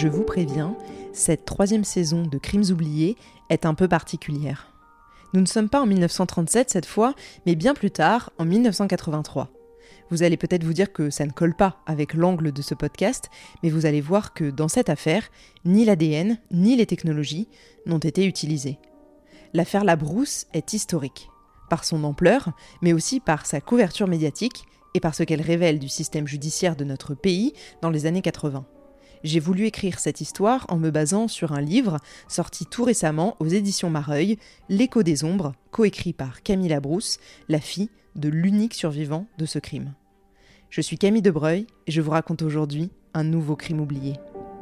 Je vous préviens, cette 3e saison de Crimes oubliés est un peu particulière. Nous ne sommes pas en 1937 cette fois, mais bien plus tard, en 1983. Vous allez peut-être vous dire que ça ne colle pas avec l'angle de ce podcast, mais vous allez voir que dans cette affaire, ni l'ADN, ni les technologies n'ont été utilisées. L'affaire Labrousse est historique, par son ampleur, mais aussi par sa couverture médiatique et par ce qu'elle révèle du système judiciaire de notre pays dans les années 80. J'ai voulu écrire cette histoire en me basant sur un livre sorti tout récemment aux éditions Mareuil, L'écho des ombres, coécrit par Camille Labrousse, la fille de l'unique survivant de ce crime. Je suis Camille Debreuil et je vous raconte aujourd'hui un nouveau crime oublié.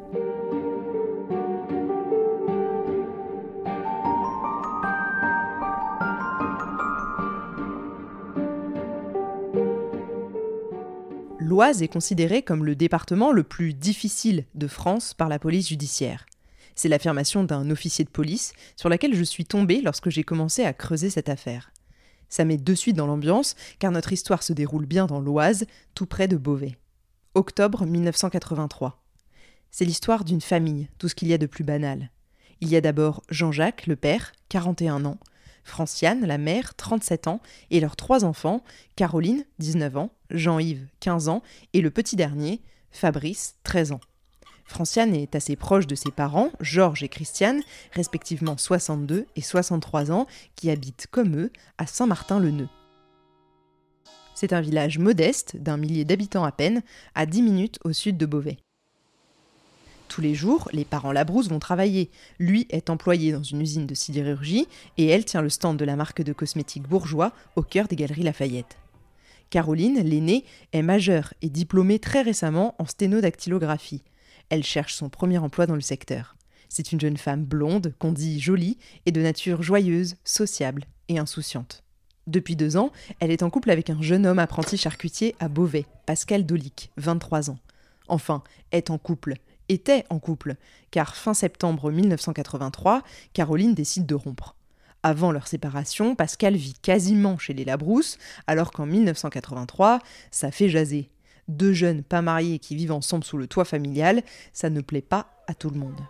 L'Oise est considéré comme le département le plus difficile de France par la police judiciaire. C'est l'affirmation d'un officier de police sur laquelle je suis tombée lorsque j'ai commencé à creuser cette affaire. Ça met de suite dans l'ambiance, car notre histoire se déroule bien dans l'Oise, tout près de Beauvais. Octobre 1983. C'est l'histoire d'une famille, tout ce qu'il y a de plus banal. Il y a d'abord Jean-Jacques, le père, 41 ans, Franciane, la mère, 37 ans, et leurs 3 enfants, Caroline, 19 ans, Jean-Yves, 15 ans, et le petit dernier, Fabrice, 13 ans. Franciane est assez proche de ses parents, Georges et Christiane, respectivement 62 et 63 ans, qui habitent comme eux à Saint-Martin-le-Neu. C'est un village modeste, d'1 millier d'habitants à peine, à 10 minutes au sud de Beauvais. Tous les jours, les parents Labrousse vont travailler. Lui est employé dans une usine de sidérurgie et elle tient le stand de la marque de cosmétiques Bourjois au cœur des Galeries Lafayette. Caroline, l'aînée, est majeure et diplômée très récemment en sténodactylographie. Elle cherche son premier emploi dans le secteur. C'est une jeune femme blonde, qu'on dit jolie, et de nature joyeuse, sociable et insouciante. Depuis 2 ans, elle est en couple avec un jeune homme apprenti charcutier à Beauvais, Pascal Dolic, 23 ans. Enfin, était en couple, car fin septembre 1983, Caroline décide de rompre. Avant leur séparation, Pascal vit quasiment chez les Labrousse, alors qu'en 1983, ça fait jaser. 2 jeunes pas mariés qui vivent ensemble sous le toit familial, ça ne plaît pas à tout le monde.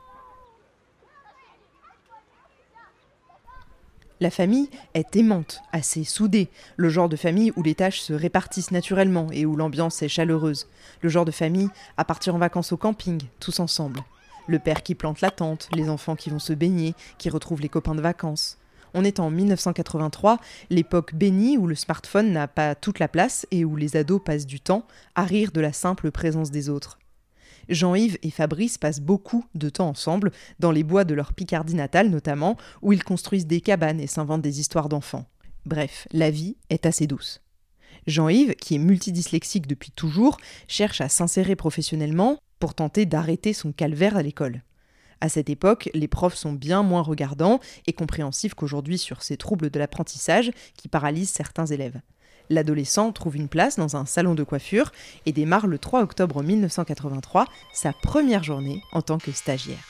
La famille est aimante, assez soudée, le genre de famille où les tâches se répartissent naturellement et où l'ambiance est chaleureuse. Le genre de famille à partir en vacances au camping, tous ensemble. Le père qui plante la tente, les enfants qui vont se baigner, qui retrouvent les copains de vacances. On est en 1983, l'époque bénie où le smartphone n'a pas toute la place et où les ados passent du temps à rire de la simple présence des autres. Jean-Yves et Fabrice passent beaucoup de temps ensemble, dans les bois de leur Picardie natale notamment, où ils construisent des cabanes et s'inventent des histoires d'enfants. Bref, la vie est assez douce. Jean-Yves, qui est multidyslexique depuis toujours, cherche à s'insérer professionnellement pour tenter d'arrêter son calvaire à l'école. À cette époque, les profs sont bien moins regardants et compréhensifs qu'aujourd'hui sur ces troubles de l'apprentissage qui paralysent certains élèves. L'adolescent trouve une place dans un salon de coiffure et démarre le 3 octobre 1983 sa première journée en tant que stagiaire.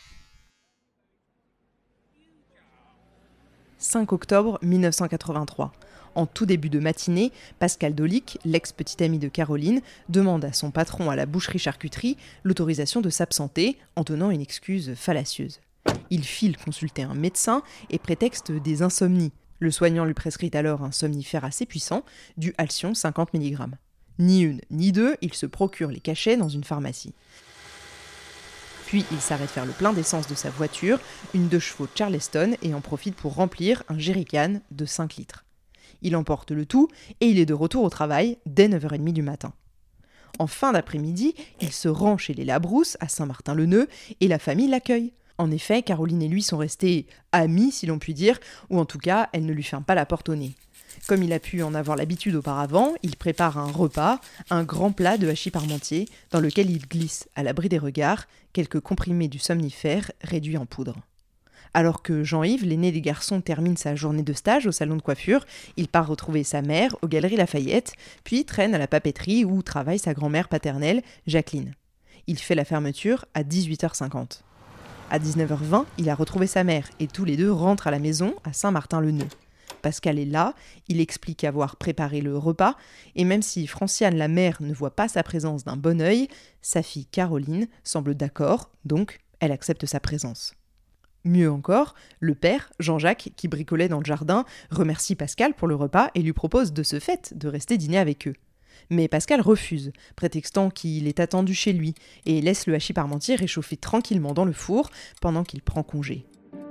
5 octobre 1983. En tout début de matinée, Pascal Dolic, l'ex-petit ami de Caroline, demande à son patron à la boucherie-charcuterie l'autorisation de s'absenter en donnant une excuse fallacieuse. Il file consulter un médecin et prétexte des insomnies. Le soignant lui prescrit alors un somnifère assez puissant, du Halcyon 50 mg. Ni une, ni deux, il se procure les cachets dans une pharmacie. Puis il s'arrête faire le plein d'essence de sa voiture, une 2 chevaux Charleston, et en profite pour remplir un jerrycan de 5 litres. Il emporte le tout et il est de retour au travail dès 9h30 du matin. En fin d'après-midi, il se rend chez les Labrousse à Saint-Martin-le-Neu et la famille l'accueille. En effet, Caroline et lui sont restés amis, si l'on peut dire, ou en tout cas, elle ne lui ferme pas la porte au nez. Comme il a pu en avoir l'habitude auparavant, il prépare un repas, un grand plat de hachis parmentier, dans lequel il glisse, à l'abri des regards, quelques comprimés du somnifère réduits en poudre. Alors que Jean-Yves, l'aîné des garçons, termine sa journée de stage au salon de coiffure, il part retrouver sa mère aux Galeries Lafayette, puis traîne à la papeterie où travaille sa grand-mère paternelle, Jacqueline. Il fait la fermeture à 18h50. À 19h20, il a retrouvé sa mère et tous les deux rentrent à la maison à Saint-Martin-le-Neu. Pascal est là, il explique avoir préparé le repas, et même si Franciane, la mère, ne voit pas sa présence d'un bon œil, sa fille Caroline semble d'accord, donc elle accepte sa présence. Mieux encore, le père, Jean-Jacques, qui bricolait dans le jardin, remercie Pascal pour le repas et lui propose de ce fait de rester dîner avec eux. Mais Pascal refuse, prétextant qu'il est attendu chez lui, et laisse le hachis parmentier réchauffer tranquillement dans le four pendant qu'il prend congé.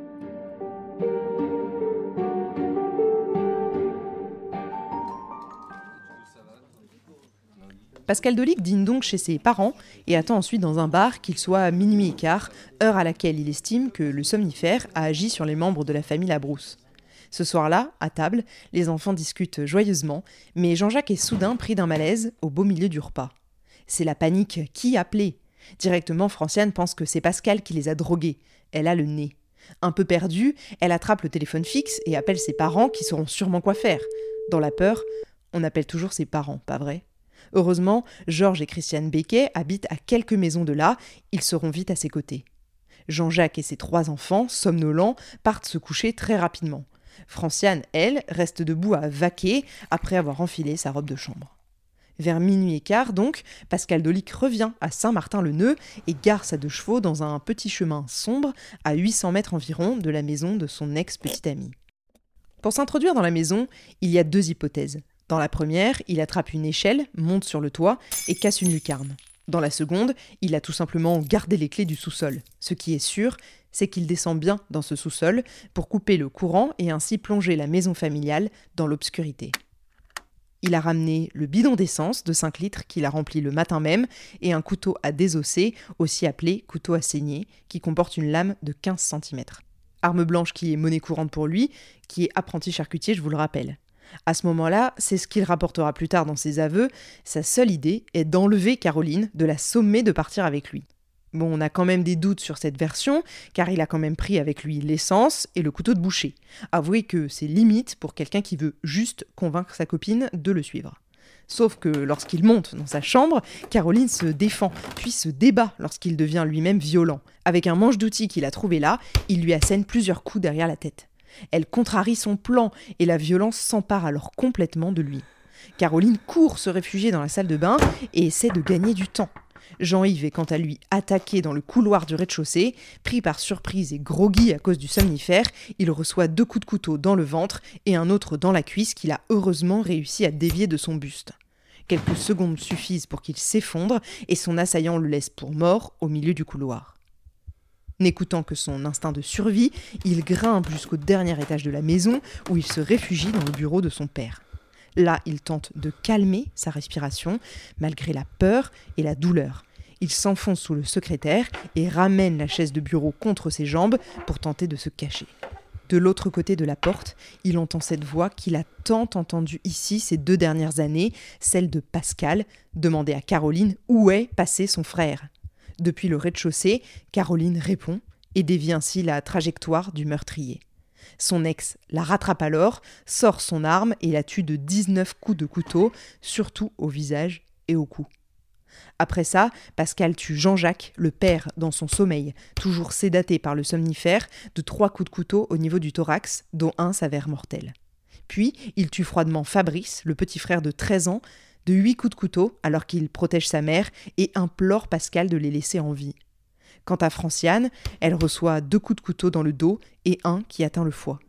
Pascal Dolic dîne donc chez ses parents et attend ensuite dans un bar qu'il soit minuit et quart, heure à laquelle il estime que le somnifère a agi sur les membres de la famille Labrousse. Ce soir-là, à table, les enfants discutent joyeusement, mais Jean-Jacques est soudain pris d'un malaise au beau milieu du repas. C'est la panique. Qui appelait ? Directement, Franciane pense que c'est Pascal qui les a drogués. Elle a le nez. Un peu perdue, elle attrape le téléphone fixe et appelle ses parents qui sauront sûrement quoi faire. Dans la peur, on appelle toujours ses parents, pas vrai ? Heureusement, Georges et Christiane Becquet habitent à quelques maisons de là, ils seront vite à ses côtés. Jean-Jacques et ses 3 enfants, somnolents, partent se coucher très rapidement. Franciane, elle, reste debout à vaquer après avoir enfilé sa robe de chambre. Vers minuit et quart, donc, Pascal Dolic revient à Saint-Martin-le-Neu et gare sa 2 chevaux dans un petit chemin sombre à 800 mètres environ de la maison de son ex-petite amie. Pour s'introduire dans la maison, il y a 2 hypothèses. Dans la première, il attrape une échelle, monte sur le toit et casse une lucarne. Dans la seconde, il a tout simplement gardé les clés du sous-sol. Ce qui est sûr, c'est qu'il descend bien dans ce sous-sol pour couper le courant et ainsi plonger la maison familiale dans l'obscurité. Il a ramené le bidon d'essence de 5 litres qu'il a rempli le matin même et un couteau à désosser, aussi appelé couteau à saigner, qui comporte une lame de 15 cm. Arme blanche qui est monnaie courante pour lui, qui est apprenti charcutier, je vous le rappelle. À ce moment-là, c'est ce qu'il rapportera plus tard dans ses aveux, sa seule idée est d'enlever Caroline, de la sommer de partir avec lui. Bon, on a quand même des doutes sur cette version, car il a quand même pris avec lui l'essence et le couteau de boucher. Avouez que c'est limite pour quelqu'un qui veut juste convaincre sa copine de le suivre. Sauf que lorsqu'il monte dans sa chambre, Caroline se défend, puis se débat lorsqu'il devient lui-même violent. Avec un manche d'outils qu'il a trouvé là, il lui assène plusieurs coups derrière la tête. Elle contrarie son plan et la violence s'empare alors complètement de lui. Caroline court se réfugier dans la salle de bain et essaie de gagner du temps. Jean-Yves est quant à lui attaqué dans le couloir du rez-de-chaussée. Pris par surprise et groggy à cause du somnifère, il reçoit 2 coups de couteau dans le ventre et un autre dans la cuisse qu'il a heureusement réussi à dévier de son buste. Quelques secondes suffisent pour qu'il s'effondre et son assaillant le laisse pour mort au milieu du couloir. N'écoutant que son instinct de survie, il grimpe jusqu'au dernier étage de la maison où il se réfugie dans le bureau de son père. Là, il tente de calmer sa respiration malgré la peur et la douleur. Il s'enfonce sous le secrétaire et ramène la chaise de bureau contre ses jambes pour tenter de se cacher. De l'autre côté de la porte, il entend cette voix qu'il a tant entendue ici ces 2 dernières années, celle de Pascal, demander à Caroline où est passé son frère. Depuis le rez-de-chaussée, Caroline répond et dévie ainsi la trajectoire du meurtrier. Son ex la rattrape alors, sort son arme et la tue de 19 coups de couteau, surtout au visage et au cou. Après ça, Pascal tue Jean-Jacques, le père, dans son sommeil, toujours sédaté par le somnifère, de 3 coups de couteau au niveau du thorax, dont un s'avère mortel. Puis, il tue froidement Fabrice, le petit frère de 13 ans, de 8 coups de couteau alors qu'il protège sa mère et implore Pascal de les laisser en vie. Quant à Franciane, elle reçoit 2 coups de couteau dans le dos et un qui atteint le foie.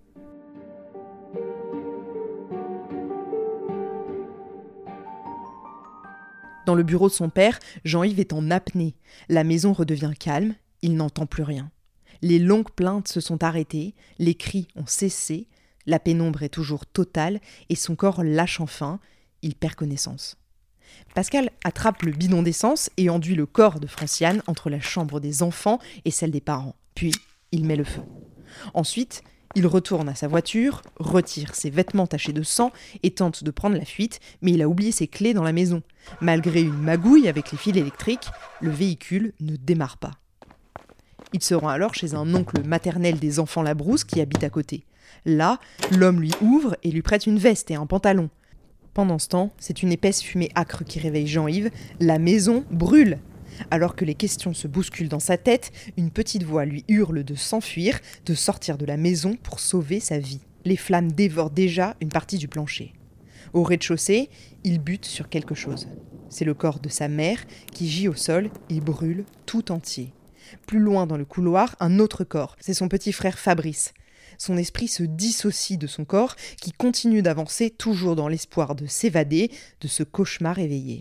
Dans le bureau de son père, Jean-Yves est en apnée. La maison redevient calme, il n'entend plus rien. Les longues plaintes se sont arrêtées, les cris ont cessé, la pénombre est toujours totale et son corps lâche enfin, il perd connaissance. Pascal attrape le bidon d'essence et enduit le corps de Franciane entre la chambre des enfants et celle des parents. Puis, il met le feu. Ensuite, il retourne à sa voiture, retire ses vêtements tachés de sang et tente de prendre la fuite, mais il a oublié ses clés dans la maison. Malgré une magouille avec les fils électriques, le véhicule ne démarre pas. Il se rend alors chez un oncle maternel des enfants Labrousse qui habite à côté. Là, l'homme lui ouvre et lui prête une veste et un pantalon. Pendant ce temps, c'est une épaisse fumée âcre qui réveille Jean-Yves. La maison brûle. Alors que les questions se bousculent dans sa tête, une petite voix lui hurle de s'enfuir, de sortir de la maison pour sauver sa vie. Les flammes dévorent déjà une partie du plancher. Au rez-de-chaussée, il bute sur quelque chose. C'est le corps de sa mère qui gît au sol et brûle tout entier. Plus loin dans le couloir, un autre corps. C'est son petit frère Fabrice. Son esprit se dissocie de son corps qui continue d'avancer toujours dans l'espoir de s'évader de ce cauchemar éveillé.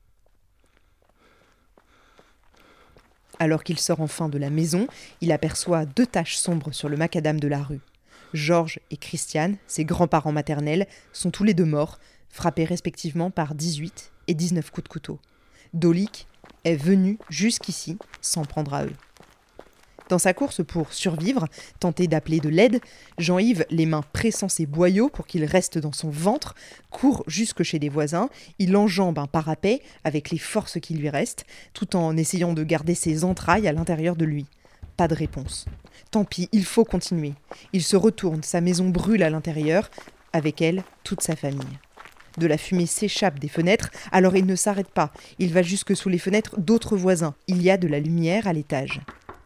Alors qu'il sort enfin de la maison, il aperçoit 2 taches sombres sur le macadam de la rue. Georges et Christiane, ses grands-parents maternels, sont tous les 2 morts, frappés respectivement par 18 et 19 coups de couteau. Dolik est venu jusqu'ici s'en prendre à eux. Dans sa course pour survivre, tenter d'appeler de l'aide, Jean-Yves, les mains pressant ses boyaux pour qu'ils restent dans son ventre, court jusque chez des voisins, il enjambe un parapet avec les forces qui lui restent, tout en essayant de garder ses entrailles à l'intérieur de lui. Pas de réponse. Tant pis, il faut continuer. Il se retourne, sa maison brûle à l'intérieur, avec elle, toute sa famille. De la fumée s'échappe des fenêtres, alors il ne s'arrête pas. Il va jusque sous les fenêtres d'autres voisins. Il y a de la lumière à l'étage.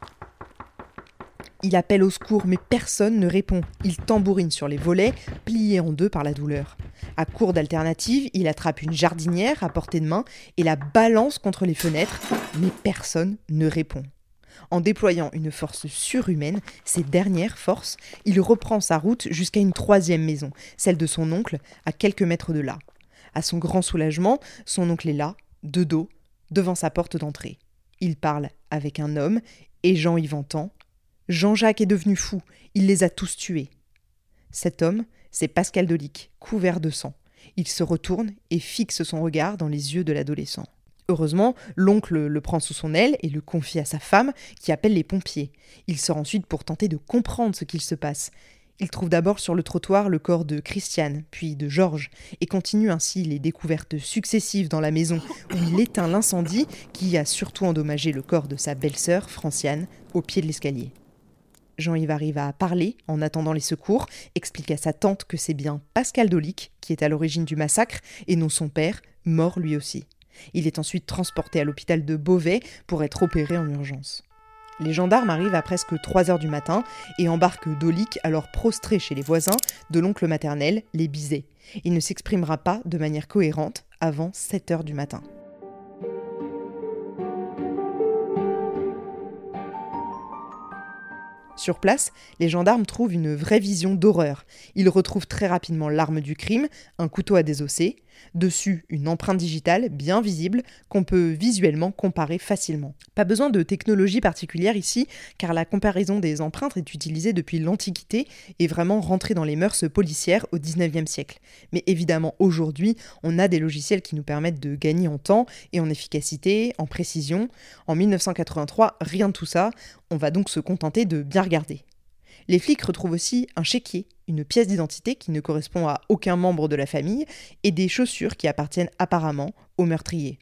Il appelle au secours, mais personne ne répond. Il tambourine sur les volets, plié en 2 par la douleur. À court d'alternative, il attrape une jardinière à portée de main et la balance contre les fenêtres, mais personne ne répond. En déployant une force surhumaine, ses dernières forces, il reprend sa route jusqu'à une 3e maison, celle de son oncle, à quelques mètres de là. À son grand soulagement, son oncle est là, de dos, devant sa porte d'entrée. Il parle avec un homme, et Jean-Yves entend « Jean-Jacques est devenu fou, il les a tous tués. » Cet homme, c'est Pascal Dolik, couvert de sang. Il se retourne et fixe son regard dans les yeux de l'adolescent. Heureusement, l'oncle le prend sous son aile et le confie à sa femme, qui appelle les pompiers. Il sort ensuite pour tenter de comprendre ce qu'il se passe. Il trouve d'abord sur le trottoir le corps de Christiane, puis de Georges, et continue ainsi les découvertes successives dans la maison, où il éteint l'incendie qui a surtout endommagé le corps de sa belle-sœur, Franciane, au pied de l'escalier. Jean-Yves arrive à parler en attendant les secours, explique à sa tante que c'est bien Pascal Dolik qui est à l'origine du massacre, et non son père, mort lui aussi. Il est ensuite transporté à l'hôpital de Beauvais pour être opéré en urgence. Les gendarmes arrivent à presque 3 heures du matin et embarquent Dolik, alors prostré chez les voisins, de l'oncle maternel, les Bizet. Il ne s'exprimera pas de manière cohérente avant 7 heures du matin. Sur place, les gendarmes trouvent une vraie vision d'horreur. Ils retrouvent très rapidement l'arme du crime, un couteau à désosser, dessus une empreinte digitale bien visible qu'on peut visuellement comparer facilement. Pas besoin de technologie particulière ici, car la comparaison des empreintes est utilisée depuis l'Antiquité et vraiment rentrée dans les mœurs policières au XIXe siècle. Mais évidemment, aujourd'hui, on a des logiciels qui nous permettent de gagner en temps et en efficacité, en précision. En 1983, rien de tout ça. On va donc se contenter de bien regarder. Les flics retrouvent aussi un chéquier, une pièce d'identité qui ne correspond à aucun membre de la famille et des chaussures qui appartiennent apparemment au meurtrier.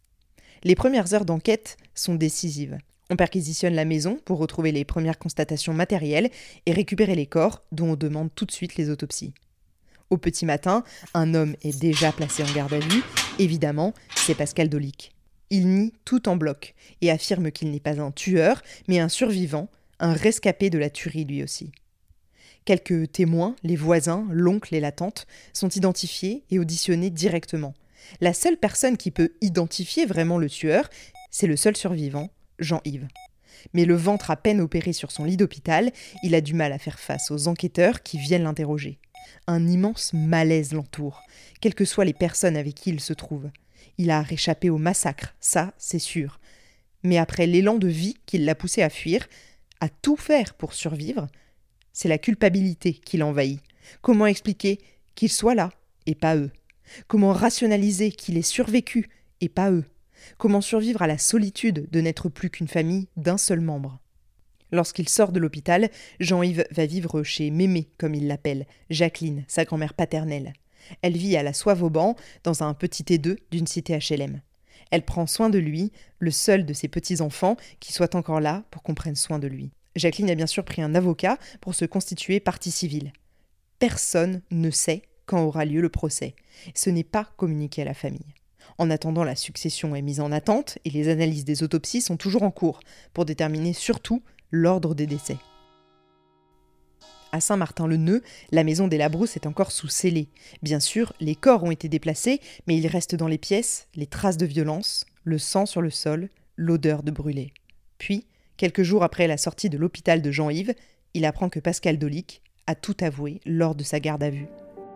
Les premières heures d'enquête sont décisives. On perquisitionne la maison pour retrouver les premières constatations matérielles et récupérer les corps dont on demande tout de suite les autopsies. Au petit matin, un homme est déjà placé en garde à vue. Évidemment, c'est Pascal Dolik. Il nie tout en bloc et affirme qu'il n'est pas un tueur, mais un survivant, un rescapé de la tuerie lui aussi. Quelques témoins, les voisins, l'oncle et la tante, sont identifiés et auditionnés directement. La seule personne qui peut identifier vraiment le tueur, c'est le seul survivant, Jean-Yves. Mais le ventre à peine opéré sur son lit d'hôpital, il a du mal à faire face aux enquêteurs qui viennent l'interroger. Un immense malaise l'entoure, quelles que soient les personnes avec qui il se trouve. Il a réchappé au massacre, ça c'est sûr. Mais après l'élan de vie qui l'a poussé à fuir, à tout faire pour survivre, c'est la culpabilité qui l'envahit. Comment expliquer qu'il soit là et pas eux ? Comment rationaliser qu'il ait survécu et pas eux ? Comment survivre à la solitude de n'être plus qu'une famille d'un seul membre ? Lorsqu'il sort de l'hôpital, Jean-Yves va vivre chez Mémé, comme il l'appelle, Jacqueline, sa grand-mère paternelle. Elle vit à la Soivauban, dans un petit T2 d'une cité HLM. Elle prend soin de lui, le seul de ses petits-enfants qui soit encore là pour qu'on prenne soin de lui. Jacqueline a bien sûr pris un avocat pour se constituer partie civile. Personne ne sait quand aura lieu le procès. Ce n'est pas communiqué à la famille. En attendant, la succession est mise en attente et les analyses des autopsies sont toujours en cours pour déterminer surtout l'ordre des décès. À Saint-Martin-le-Neu, la maison des Labrousse est encore sous scellé. Bien sûr, les corps ont été déplacés, mais il reste dans les pièces les traces de violence, le sang sur le sol, l'odeur de brûlé. Puis, quelques jours après la sortie de l'hôpital de Jean-Yves, il apprend que Pascal Dolic a tout avoué lors de sa garde à vue.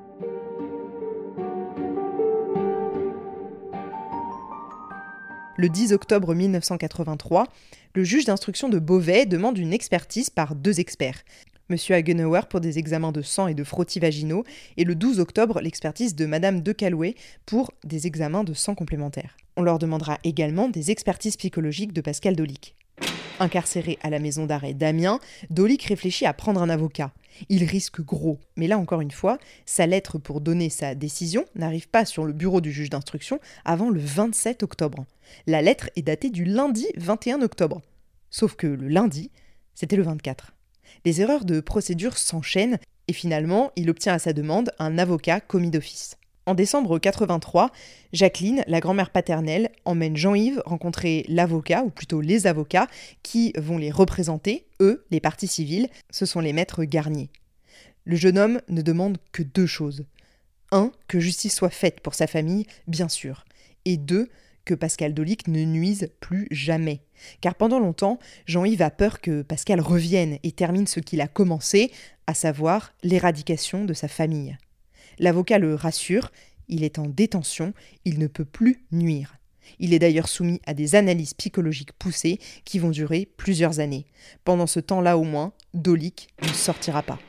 Le 10 octobre 1983, le juge d'instruction de Beauvais demande une expertise par 2 experts. Monsieur Hagenauer pour des examens de sang et de frottis vaginaux, et le 12 octobre, l'expertise de Madame de Calouet pour des examens de sang complémentaires. On leur demandera également des expertises psychologiques de Pascal Dolic. Incarcéré à la maison d'arrêt d'Amiens, Dolic réfléchit à prendre un avocat. Il risque gros, mais là encore une fois, sa lettre pour donner sa décision n'arrive pas sur le bureau du juge d'instruction avant le 27 octobre. La lettre est datée du lundi 21 octobre. Sauf que le lundi, c'était le 24. Les erreurs de procédure s'enchaînent et finalement, il obtient à sa demande un avocat commis d'office. En décembre 83, Jacqueline, la grand-mère paternelle, emmène Jean-Yves rencontrer l'avocat, ou plutôt les avocats, qui vont les représenter, eux, les parties civiles, ce sont les maîtres Garnier. Le jeune homme ne demande que 2 choses. 1, que justice soit faite pour sa famille, bien sûr. Et 2, que Pascal Dolic ne nuise plus jamais. Car pendant longtemps, Jean-Yves a peur que Pascal revienne et termine ce qu'il a commencé, à savoir l'éradication de sa famille. L'avocat le rassure, il est en détention, il ne peut plus nuire. Il est d'ailleurs soumis à des analyses psychologiques poussées qui vont durer plusieurs années. Pendant ce temps-là au moins, Dolic ne sortira pas.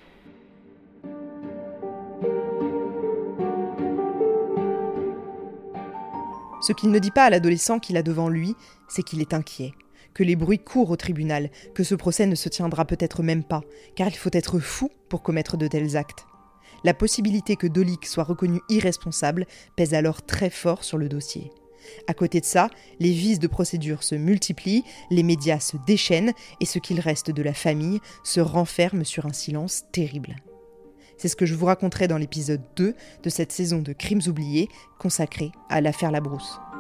Ce qu'il ne dit pas à l'adolescent qu'il a devant lui, c'est qu'il est inquiet, que les bruits courent au tribunal, que ce procès ne se tiendra peut-être même pas, car il faut être fou pour commettre de tels actes. La possibilité que Dolic soit reconnu irresponsable pèse alors très fort sur le dossier. À côté de ça, les vices de procédure se multiplient, les médias se déchaînent et ce qu'il reste de la famille se renferme sur un silence terrible. C'est ce que je vous raconterai dans l'épisode 2 de cette saison de Crimes oubliés consacrée à l'affaire Labrousse.